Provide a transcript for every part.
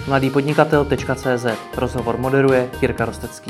mladýpodnikatel.cz. Rozhovor moderuje Jirka Rostecký.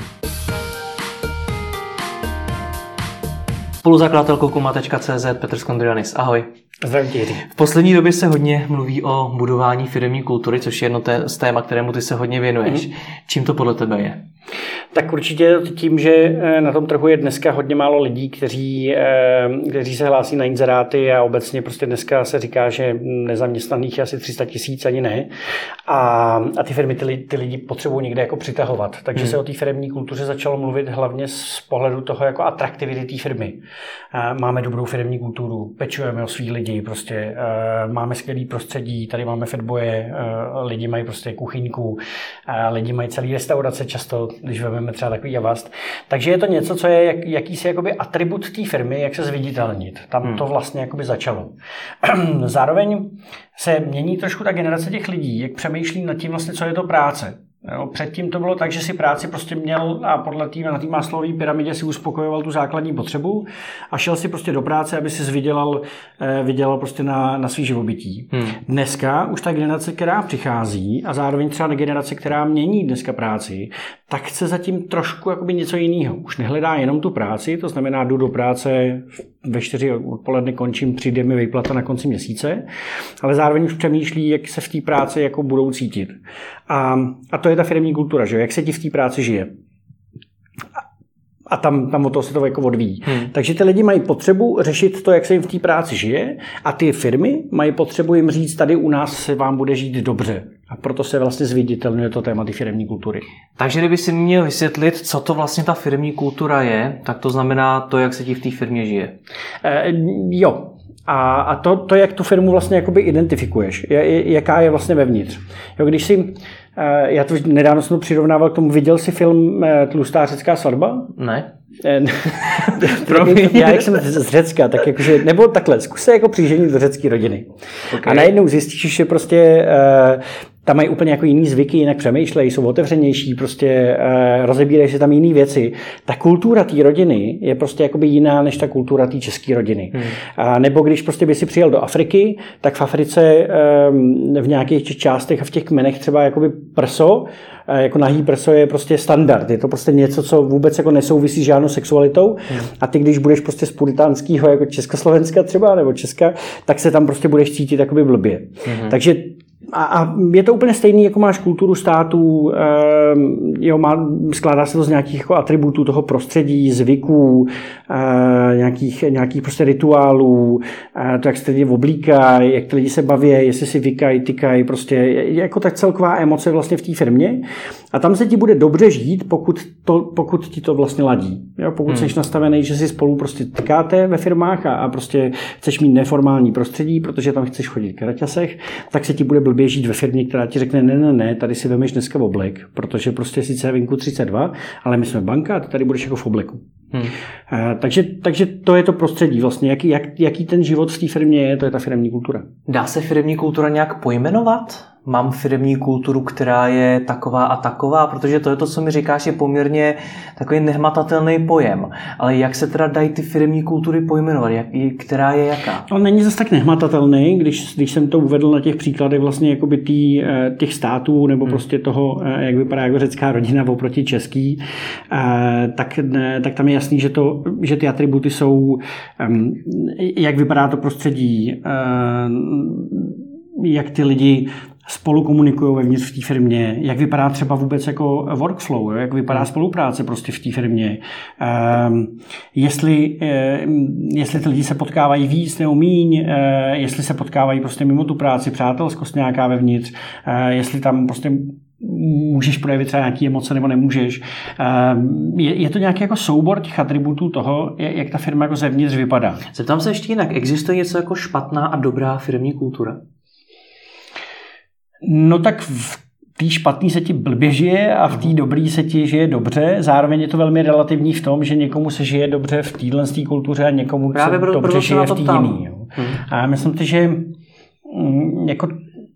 Spoluzakladatelkou kuma.cz Petr Skondrianis. Ahoj. Zdravím tě. V poslední době se hodně mluví o budování firemní kultury, což je jedno z téma, kterému ty se hodně věnuješ. Čím to podle tebe je? Tak určitě tím, že na tom trhu je dneska hodně málo lidí, kteří se hlásí na inzeráty a obecně prostě dneska se říká, že nezaměstnaných je asi 300 000, ani ne. A ty firmy ty lidi potřebují někde jako přitahovat. Takže se o té firemní kultuře začalo mluvit hlavně z pohledu toho jako atraktivity té firmy. Máme dobrou firemní kulturu, pečujeme o svý lidi, prostě máme skvělý prostředí, tady máme fatboye, lidi mají prostě kuchyňku, lidi mají celý restaurace často, když vezmeme třeba takový Avast. Takže je to něco, co je jakýsi jakoby atribut té firmy, jak se zviditelnit. Tam to vlastně jakoby začalo. Zároveň se mění trošku ta generace těch lidí, jak přemýšlí nad tím vlastně, co je to práce. Jo, předtím to bylo tak, že si práci prostě měl a podle na té Maslowové pyramidě si uspokojoval tu základní potřebu a šel si prostě do práce, aby si vydělal prostě na svý živobytí. Dneska už ta generace, která přichází a zároveň třeba generace, která mění dneska práci, tak chce zatím trošku jakoby něco jiného. Už nehledá jenom tu práci, to znamená jdu do práce, ve 4 odpoledne končím, přijde mi výplata na konci měsíce, ale zároveň už přemýšlí, jak se v té práci jako budou cítit. A to je ta firemní kultura, že? Jak se ti v té práci žije. A tam od toho se to jako odvíjí. Takže ty lidi mají potřebu řešit to, jak se jim v té práci žije, a ty firmy mají potřebu jim říct, tady u nás se vám bude žít dobře. A proto se vlastně zviditelňuje to téma ty firemní kultury. Takže kdyby si měl vysvětlit, co to vlastně ta firemní kultura je, tak to znamená to, jak se ti v té firmě žije. Jo. A to, jak tu firmu vlastně jakoby identifikuješ, jaká je vlastně vevnitř. Jo, když si, já to nedávno jsem to přirovnával k tomu, viděl jsi film Tlustá řecká svatba? Ne. Já jak jsem z Řecka, tak jakože, nebo takhle, zkus se jako přiženit do řecké rodiny. Okay. A najednou zjistíš, že prostě tam mají úplně jako jiný zvyky, jinak přemýšlejí, jsou otevřenější, prostě rozebírají se tam jiný věci. Ta kultura té rodiny je prostě jakoby jiná než ta kultura té české rodiny. Nebo když prostě by si přijel do Afriky, tak v Africe v nějakých částech a v těch kmenech třeba jakoby prso, jako nahý prso je prostě standard. Je to prostě něco, co vůbec jako nesouvisí s žádnou sexualitou. A ty, když budeš prostě z puritánského jako Československa třeba, nebo Česka, tak se tam prostě budeš cítit jakoby blbě. Takže a je to úplně stejný, jako máš kulturu států, skládá se to z nějakých jako atributů toho prostředí, zvyků, nějakých prostě rituálů, to, jak se lidi oblíkají, jak ty lidi se baví, jestli si vykají, tykají, prostě jako tak celková emoce vlastně v té firmě. A tam se ti bude dobře žít, pokud ti to vlastně ladí. Jo? Pokud jsi nastavený, že si spolu prostě tykáte ve firmách a prostě chceš mít neformální prostředí, protože tam chceš chodit k raťasech, tak se ti bude blbě žít ve firmě, která ti řekne ne, tady si vemeš dneska v oblek, protože prostě sice je venku 32, ale my jsme banka a ty tady budeš jako v obleku. Takže to je to prostředí vlastně, jaký ten život v té firmě je, to je ta firemní kultura. Dá se firemní kultura nějak pojmenovat? Mám firemní kulturu, která je taková a taková, protože to je to, co mi říkáš, je poměrně takový nehmatatelný pojem. Ale jak se teda dají ty firemní kultury pojmenovat? Která je jaká? On není zase tak nehmatatelný, když jsem to uvedl na těch příkladech vlastně jakoby těch států nebo prostě toho, jak vypadá jako řecká rodina oproti český, tak tam je jasný, že ty atributy jsou, jak vypadá to prostředí, jak ty lidi spolu komunikují vevnitř v té firmě, jak vypadá třeba vůbec jako workflow, jak vypadá spolupráce prostě v té firmě, jestli ty lidi se potkávají víc nebo míň, jestli se potkávají prostě mimo tu práci, přátelskost nějaká vevnitř, jestli tam prostě můžeš projevit třeba nějaké emoce nebo nemůžeš. Je to nějaký jako soubor těch atributů toho, jak ta firma jako zevnitř vypadá. Zeptám se ještě jinak, existuje něco jako špatná a dobrá firemní kultura? No tak v té špatný se ti blbě žije a v té dobrý se ti žije dobře. Zároveň je to velmi relativní v tom, že někomu se žije dobře v téhle kultuře a někomu se dobře žije v té jiný. A myslím si, že jako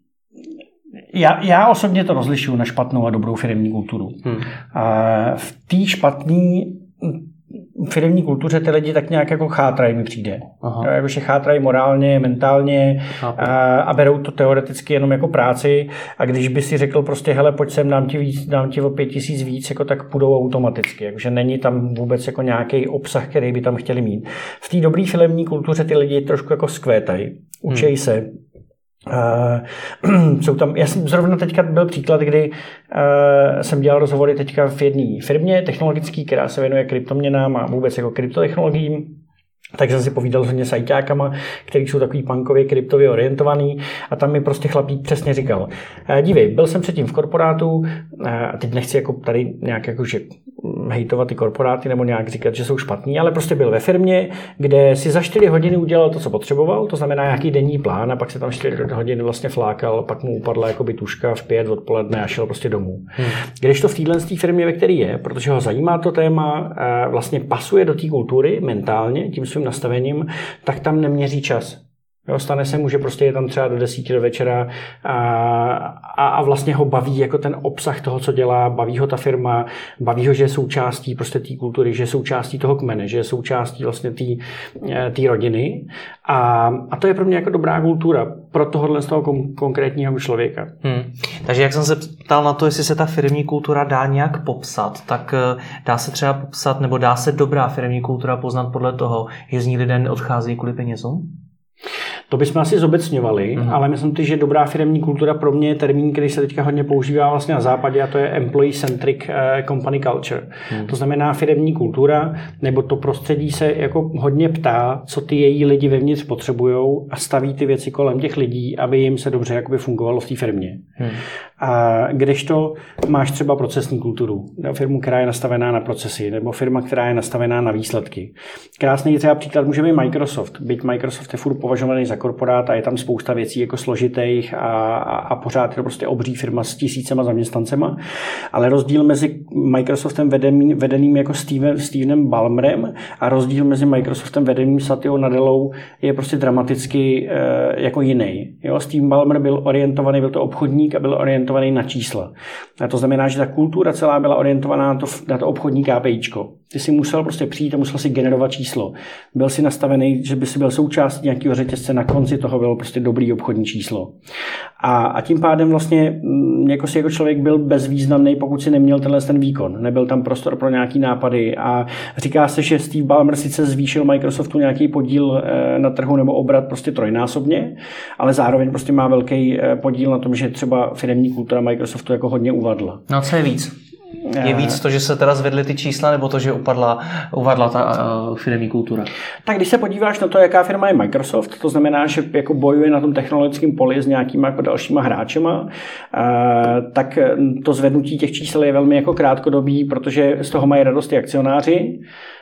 já osobně to rozlišuju na špatnou a dobrou firemní kulturu. A v té špatný firemní kultuře ty lidi tak nějak jako chátrají, mi přijde. Jakože chátrají morálně, mentálně a berou to teoreticky jenom jako práci a když by si řekl prostě hele, pojď sem, dám ti o 5 000 víc, jako tak půjdou automaticky. Jakože není tam vůbec jako nějaký obsah, který by tam chtěli mít. V té dobré firemní kultuře ty lidi trošku jako skvétají, učejí se. Jsou tam, já jsem zrovna teďka byl příklad, kdy jsem dělal rozhovory teďka v jedné firmě technologické, která se věnuje kryptoměnám a vůbec jako kryptotechnologiím. Tak jsem si povídal hodně s ajťákama, kteří jsou takový punkově, kryptově orientovaný a tam mi prostě chlapík přesně říkal, dívej, byl jsem předtím v korporátu a teď nechci jako tady nějak jakože hejtovat ty korporáty nebo nějak říkat, že jsou špatní, ale prostě byl ve firmě, kde si za 4 hodiny udělal to, co potřeboval, to znamená nějaký denní plán a pak se tam 4 hodiny vlastně flákal, pak mu upadla jakoby tuška v 5 odpoledne a šel prostě domů. Když to v téhle firmě, ve které je, protože ho zajímá to téma, vlastně pasuje do té kultury mentálně, tím svým nastavením, tak tam neměří čas. Jo, stane se mu, že prostě je tam třeba do 10 do večera a vlastně ho baví jako ten obsah toho, co dělá, baví ho ta firma, baví ho, že je součástí prostě té kultury, že je součástí toho kmene, že je součástí vlastně té rodiny a to je pro mě jako dobrá kultura pro tohohle z toho konkrétního člověka. Takže jak jsem se ptal na to, jestli se ta firemní kultura dá nějak popsat, tak dá se třeba popsat, nebo dá se dobrá firemní kultura poznat podle toho, že z ní lidé neodcházejí kvůli penězům? To bychom asi zobecňovali, ale myslím si, že dobrá firemní kultura pro mě je termín, který se teďka hodně používá vlastně na západě a to je employee-centric company culture. To znamená firemní kultura, nebo to prostředí se jako hodně ptá, co ty její lidi vevnitř potřebujou a staví ty věci kolem těch lidí, aby jim se dobře jakoby fungovalo v té firmě. A kdežto máš třeba procesní kulturu, firmu, která je nastavená na procesy, nebo firma, která je nastavená na výsledky. Krásný třeba příklad může být Microsoft. Byť Microsoft je furt považovaný za korporát a je tam spousta věcí jako složitých a pořád je to prostě obří firma s 1000 zaměstnancema, ale rozdíl mezi Microsoftem vedeným jako Stevenem Ballmerem a rozdíl mezi Microsoftem vedeným Satya Nadellou je prostě dramaticky jako jiný. Jo, Steve Ballmer byl to obchodník a byl orientovaný na čísla. A to znamená, že ta kultura celá byla orientovaná na to obchodní KPIčko. Ty si musel prostě přijít a musel si generovat číslo. Byl si nastavený, že by si byl součástí nějakého řetězce, na konci toho bylo prostě dobrý obchodní číslo. A tím pádem vlastně jako člověk byl bezvýznamný, pokud si neměl ten výkon. Nebyl tam prostor pro nějaký nápady a říká se, že Steve Ballmer sice zvýšil Microsoftu nějaký podíl na trhu nebo obrat prostě trojnásobně, ale zároveň prostě má velký podíl na tom, že třeba firemní kultura Microsoftu jako hodně uvadla. No co je víc? Je víc to, že se teda zvedly ty čísla, nebo to, že uvadla ta firemní kultura? Tak když se podíváš na to, jaká firma je Microsoft, to znamená, že jako bojuje na tom technologickém poli s nějakýma jako dalšíma hráčema, tak to zvednutí těch čísel je velmi jako krátkodobý, protože z toho mají radost i akcionáři.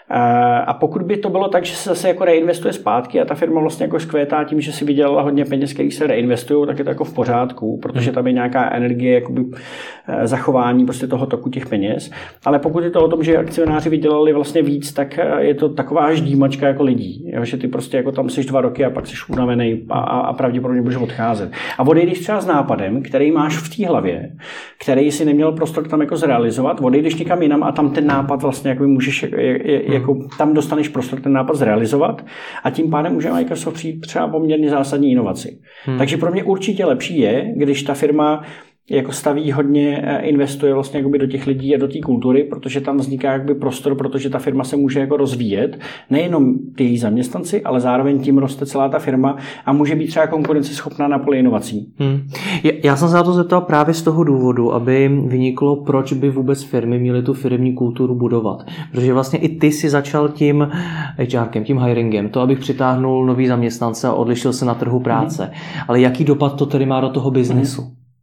A pokud by to bylo tak, že se zase jako reinvestuje zpátky a ta firma vlastně jako skvětá tím, že si vydělala hodně peněz, který se reinvestují, tak je to jako v pořádku, protože tam je nějaká energie jakoby zachování prostě toho toku těch peněz. Ale pokud je to o tom, že akcionáři vydělali vlastně víc, tak je to taková ždímačka jako lidí, jo? Že ty prostě jako tam seš 2 roky a pak seš unavený a pravděpodobně budeš odcházet. A odejdeš třeba s nápadem, který máš v té hlavě, který si neměl prostor tam jako zrealizovat, odejdeš někam jinam a tam ten nápad vlastně jako můžeš jako tam dostaneš prostor ten nápad zrealizovat a tím pádem může Microsoft přijít třeba poměrně zásadní inovaci. Takže pro mě určitě lepší je, když ta firma jako staví hodně, investuje vlastně jakoby do těch lidí a do té kultury, protože tam vzniká jakoby prostor, protože ta firma se může jako rozvíjet, nejenom ty její zaměstnanci, ale zároveň tím roste celá ta firma a může být třeba konkurenceschopná na poli inovací. Já jsem se na to zeptal právě z toho důvodu, aby vyniklo, proč by vůbec firmy měly tu firemní kulturu budovat. Protože vlastně i ty si začal tím HRkem, tím hiringem, to, abych přitáhnul nový zaměstnance a odlišil se na trhu práce. Ale jaký dopad to tedy má do toho biznesu?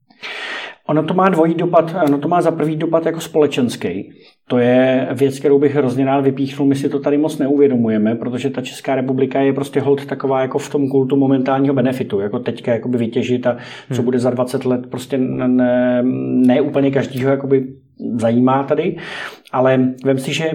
Ono to má dvojí dopad, ono to má za prvý dopad jako společenský. To je věc, kterou bych hrozně rád vypíchnul, my si to tady moc neuvědomujeme, protože ta Česká republika je prostě holt taková jako v tom kultu momentálního benefitu, jako teďka jakoby vytěžit a co bude za 20 let, prostě ne úplně každýho jakoby zajímá tady, ale vem si, že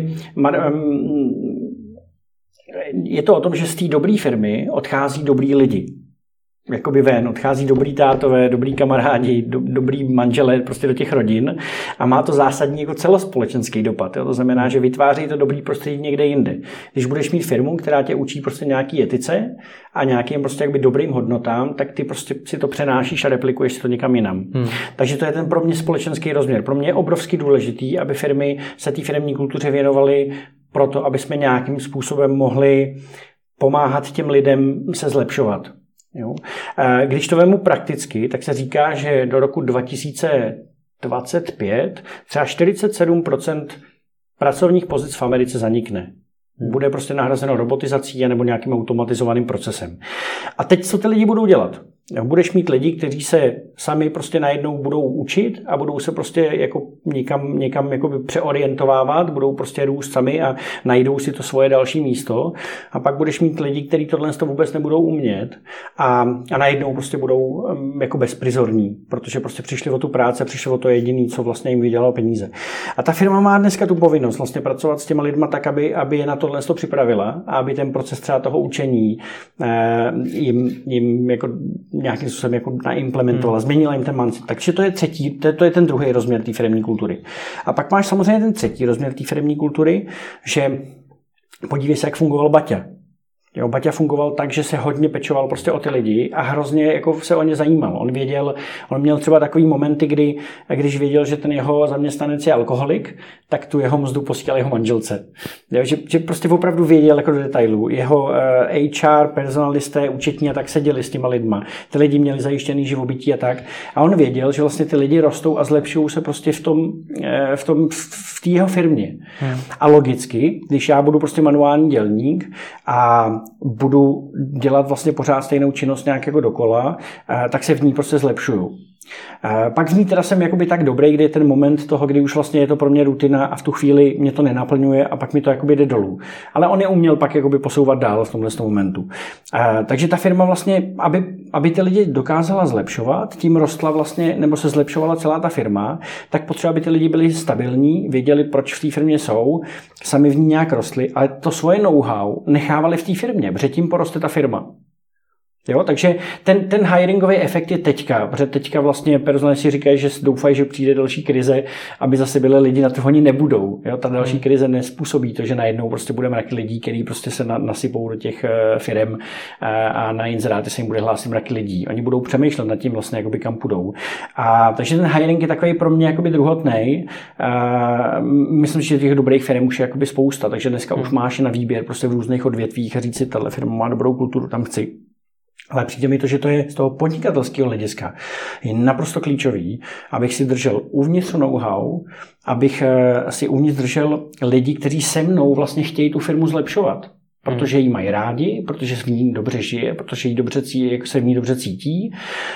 je to o tom, že z té dobré firmy odchází dobrý lidi. jakoby ven, odchází dobrý tátové, dobrý kamarádi, dobrý manželé prostě do těch rodin a má to zásadní jako celospolečenský dopad. Jo? To znamená, že vytváří to dobrý prostředí někde jinde. Když budeš mít firmu, která tě učí prostě nějaký etice a nějakým prostě jakby dobrým hodnotám, tak ty prostě si to přenášíš a replikuješ si to někam jinam. Takže to je ten pro mě společenský rozměr. Pro mě je obrovsky důležitý, aby firmy se té firemní kultuře věnovaly proto, aby jsme nějakým způsobem mohli pomáhat těm lidem se zlepšovat. Jo. Když to vemu prakticky, tak se říká, že do roku 2025 třeba 47% pracovních pozic v Americe zanikne. Bude prostě nahrazeno robotizací nebo nějakým automatizovaným procesem. A teď co ty lidi budou dělat? Budeš mít lidi, kteří se sami prostě najednou budou učit a budou se prostě jako někam jakoby přeorientovávat, budou prostě růst sami a najdou si to svoje další místo. A pak budeš mít lidi, kteří tohle vůbec nebudou umět a najednou prostě budou jako bezprizorní, protože prostě přišli o tu práci, přišli o to jediné, co vlastně jim vydělalo peníze. A ta firma má dneska tu povinnost vlastně pracovat s těma lidma tak, aby je na tohle připravila a aby ten proces třeba toho učení jim jako nějakým způsobem jako naimplementovala, změnila jim ten mindset. Takže to je třetí, to je ten druhý rozměr té firemní kultury. A pak máš samozřejmě ten třetí rozměr té firemní kultury, že podívej se, jak fungoval Baťa. Jo, Baťa fungoval tak, že se hodně pečoval prostě o ty lidi a hrozně jako se o ně zajímal. On měl třeba takový momenty, když věděl, že ten jeho zaměstnanec je alkoholik, tak tu jeho mzdu posílal jeho manželce. Jo, že prostě opravdu věděl jako do detailů. Jeho HR, personalisté, účetní a tak seděli s těma lidma. Ty lidi měli zajištěný živobytí a tak. A on věděl, že vlastně ty lidi rostou a zlepšují se prostě v té jeho firmě. A logicky, když já budu prostě manuální dělník a budu dělat vlastně pořád stejnou činnost nějak jako dokola, tak se v ní prostě zlepšuju. Pak v ní teda jsem jakoby tak dobrý, kdy je ten moment toho, kdy už vlastně je to pro mě rutina a v tu chvíli mě to nenaplňuje a pak mi to jakoby jde dolů. Ale on je uměl pak jakoby posouvat dál v tomhle momentu. Takže ta firma vlastně, aby ty lidi dokázala zlepšovat, tím rostla vlastně, nebo se zlepšovala celá ta firma, tak potřeba, aby ty lidi byli stabilní, věděli, proč v té firmě jsou, sami v ní nějak rostli, ale to svoje know-how nechávali v té firmě, protože tím poroste ta firma. Jo, takže ten hiringový efekt je teďka, protože teďka vlastně personalisti říkají, že doufají, že přijde další krize, aby zase byli lidi, na to oni nebudou. Jo, ta další krize nespůsobí to, že najednou prostě budeme mraky lidí, kteří prostě se nasypou do těch firem a na inzeráty se jim bude hlásit mraky lidí. Oni budou přemýšlet nad tím vlastně, jakoby kam půjdou. Takže ten hiring je takový pro mě jakoby druhotnej. Myslím, že těch dobrých firm už je jakoby spousta, takže dneska už máš na výběr prostě v různých odvětvích a říct si, tahle firma má dobrou kulturu, tam chci. Ale přijde mi to, že to je z toho podnikatelského hlediska je naprosto klíčový, abych si držel uvnitř know-how, abych si uvnitř držel lidi, kteří se mnou vlastně chtějí tu firmu zlepšovat. Protože ji mají rádi, protože se v ní dobře žije, protože se v ní dobře cítí.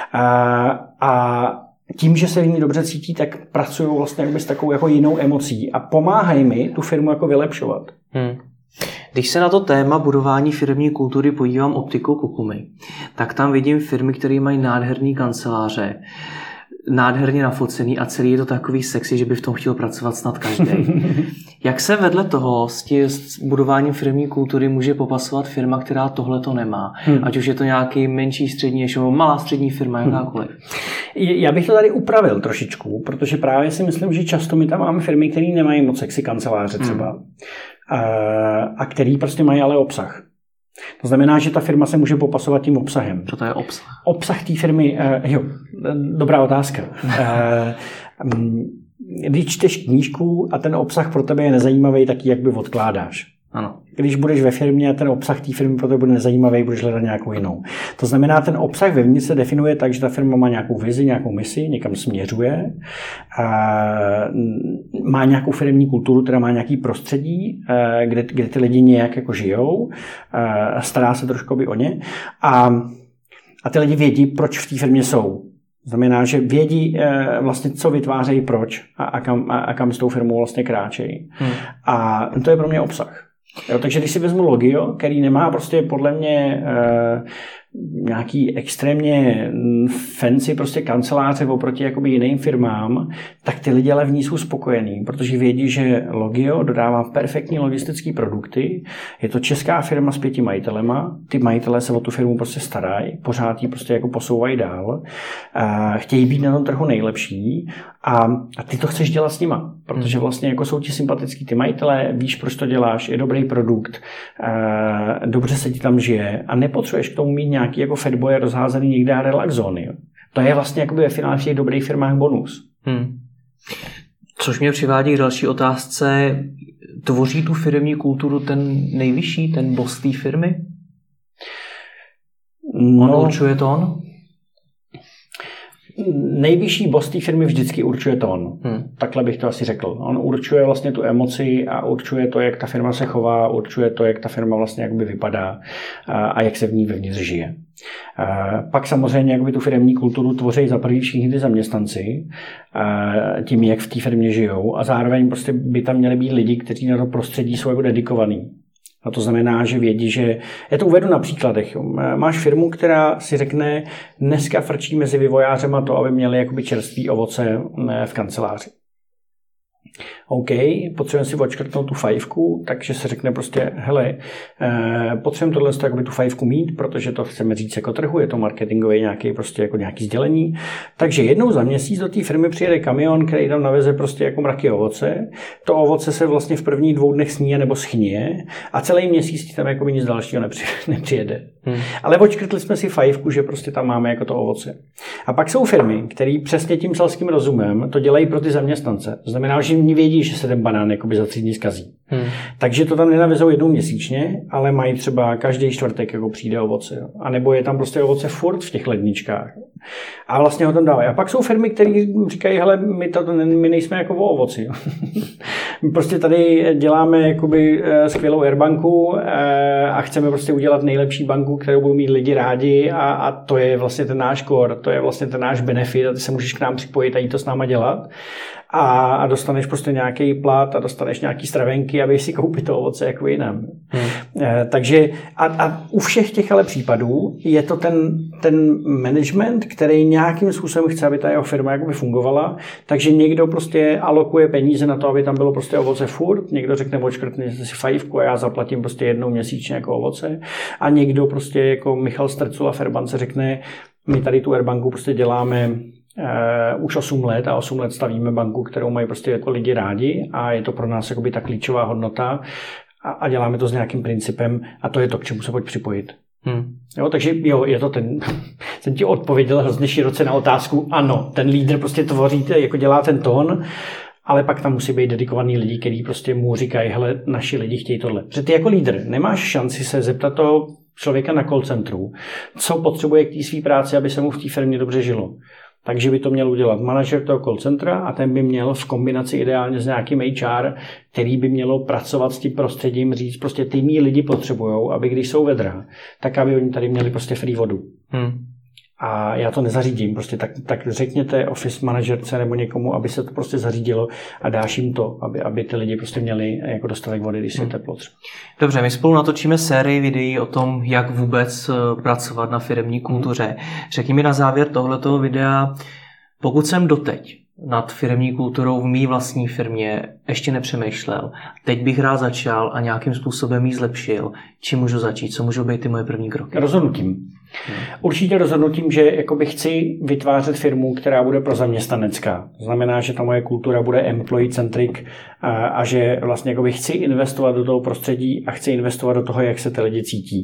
A tím, že se v ní dobře cítí, tak pracují vlastně s takovou jako jinou emocí a pomáhají mi tu firmu jako vylepšovat. Když se na to téma budování firemní kultury podívám optikou Kukumy, tak tam vidím firmy, které mají nádherný kanceláře, nádherně nafocený a celý je to takový sexy, že by v tom chtěl pracovat snad každý. Jak se vedle toho s budováním firemní kultury může popasovat firma, která tohle to nemá? Ať už je to nějaký menší střední, nebo malá střední firma, jakákoliv. Já bych to tady upravil trošičku, protože právě si myslím, že často my tam máme firmy, které nemají moc sexy kanceláře třeba. A který prostě mají ale obsah. To znamená, že ta firma se může popasovat tím obsahem. Co to je obsah? Obsah té firmy, dobrá otázka. Když čteš knížku a ten obsah pro tebe je nezajímavý, tak ji jakby odkládáš. Ano. Když budeš ve firmě a ten obsah té firmy pro tebe bude nezajímavý, budeš hledat nějakou jinou. To znamená, ten obsah vevnitř se definuje tak, že ta firma má nějakou vizi, nějakou misi, někam směřuje, má nějakou firemní kulturu, která má nějaký prostředí, kde ty lidi nějak jako žijou, stará se trošku o ně a ty lidi vědí, proč v té firmě jsou. Znamená, že vědí vlastně, co vytvářejí, proč a kam s tou firmou vlastně kráčejí. A to je pro mě obsah. Jo, takže když si vezmu Logio, který nemá prostě podle mě nějaký extrémně fancy prostě kanceláře oproti jakoby jiným firmám, tak ty lidi ale v ní jsou spokojení, protože vědí, že Logio dodává perfektní logistické produkty, je to česká firma s 5 majitelema, ty majitelé se o tu firmu prostě starají, pořád ji prostě jako posouvají dál, chtějí být na tom trhu nejlepší a ty to chceš dělat s nima, protože vlastně jako jsou ti sympatický ty majitelé, víš, proč to děláš, je dobrý produkt, dobře se ti tam žije a nepotřebuješ k tomu mít nějaký jako fatboy rozházený někde a relax zóny. Jo. To je vlastně jakoby ve finále v těch dobrých firmách bonus. Což mě přivádí k další otázce. Tvoří tu firemní kulturu ten nejvyšší, ten boss té firmy? On určuje tón? Nejvyšší boss té firmy vždycky určuje tón. Takhle bych to asi řekl. On určuje vlastně tu emoci a určuje to, jak ta firma se chová, určuje to, jak ta firma vlastně jakoby vypadá a jak se v ní vevnitř žije. Pak samozřejmě jakoby tu firemní kulturu tvoří za první všichni ty zaměstnanci, tím, jak v té firmě žijou a zároveň prostě by tam měli být lidi, kteří na to prostředí jsou jako dedikovaní. A to znamená, že vědí, že... Já to uvedu na příkladech. Máš firmu, která si řekne, dneska frčí mezi vývojářema to, aby měli jakoby čerstvý ovoce v kanceláři. OK, potřebujeme si odškrtnout tu 5, takže se řekne prostě, hele, potřebujeme tohle jakoby tu 5 mít, protože to chceme říct jako trhu, je to marketingový nějaký prostě jako nějaký sdělení. Takže jednou za měsíc do té firmy přijede kamion, který tam naveze prostě jako mraky ovoce. To ovoce se vlastně v prvních 2 dnech sníje nebo schnije a celý měsíc tam jako nic dalšího nepřijede. Ale odškrtli jsme si 5, že prostě tam máme jako to ovoce. A pak jsou firmy, které přesně tím selským rozumem to dělají pro ty zaměstnance. To znamená, že oni vědí, že se ten banán jakoby za 3 dny zkazí. Takže to tam nenavezou jednou měsíčně, ale mají třeba každý čtvrtek jako přijde ovoce. Jo. A nebo je tam prostě ovoce furt v těch ledničkách. A vlastně ho tam dávají. A pak jsou firmy, které říkají, hele, my nejsme jako o ovoci. My prostě tady děláme jakoby skvělou Airbanku a chceme prostě udělat nejlepší banku, kterou budou mít lidi rádi a to je vlastně ten náš core, to je vlastně ten náš benefit a ty se můžeš k nám připojit a jít to s náma dělat. A dostaneš prostě nějaký plat a dostaneš nějaký stravenky, aby si koupit to ovoce jako jinam. Takže a u všech těch ale případů je to ten management, který nějakým způsobem chce, aby ta jeho firma jakoby fungovala, takže někdo prostě alokuje peníze na to, aby tam bylo prostě ovoce furt, někdo řekne odškrtněte si 5 a já zaplatím prostě jednou měsíčně jako ovoce a někdo prostě jako Michal Strcula v Airbance řekne, my tady tu Airbanku prostě děláme už 8 let a 8 let stavíme banku, kterou mají prostě jako lidi rádi a je to pro nás jakoby ta klíčová hodnota a děláme to s nějakým principem a to je to, k čemu se pojď připojit. Jo, takže jo, je to jsem ti odpověděl hrozně široce na otázku, ano, ten lídr prostě tvoří, jako dělá ten tón, ale pak tam musí být dedikovaný lidi, kteří prostě mu říkají, hele, naši lidi chtějí tohle. Protože ty jako lídr nemáš šanci se zeptat toho člověka na call centru, co potřebuje k té své práci, aby se mu v té firmě dobře žilo. Takže by to měl udělat manažer toho call centra a ten by měl v kombinaci ideálně s nějakým HR, který by mělo pracovat s tím prostředím, říct prostě ty mý lidi potřebujou, aby když jsou vedra, tak aby oni tady měli prostě free vodu. A já to nezařídím, prostě tak řekněte office manažerce nebo někomu, aby se to prostě zařídilo a dáš jim to, aby ty lidi prostě měli jako dostatek vody, když je teplo třeba. Dobře, my spolu natočíme sérii videí o tom, jak vůbec pracovat na firemní kultuře. Řekni mi na závěr tohletoho videa, pokud jsem doteď nad firemní kulturou v mý vlastní firmě ještě nepřemýšlel, teď bych rád začal a nějakým způsobem ji zlepšil, čím můžu začít, co můžou být ty moje první kroky? Rozhodnutím. Určitě rozhodnutím, že jakoby chci vytvářet firmu, která bude prozaměstnanecká. To znamená, že ta moje kultura bude employee-centric a že vlastně jakoby chci investovat do toho prostředí a chci investovat do toho, jak se ty lidi cítí.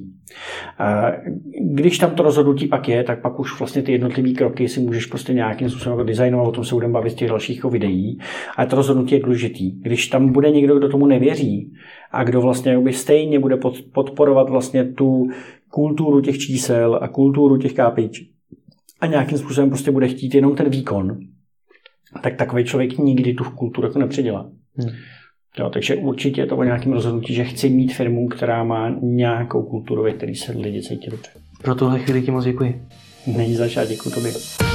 Když tam to rozhodnutí pak je, tak pak už vlastně ty jednotlivé kroky si můžeš prostě nějakým způsobem designovat, o tom se budeme bavit z těch dalších videí. Ale to rozhodnutí je důležitý. Když tam bude někdo, kdo tomu nevěří a kdo vlastně jakoby stejně bude podporovat vlastně tu kulturu těch čísel a kulturu těch KPIček a nějakým způsobem prostě bude chtít jenom ten výkon, tak takový člověk nikdy tu kulturu jako nepředělá. Jo, takže určitě je to o nějakém rozhodnutí, že chci mít firmu, která má nějakou kulturu, ve které se lidi cítí dobře. Pro tuhle chvíli ti moc děkuji. Není zač, děkuji tobě.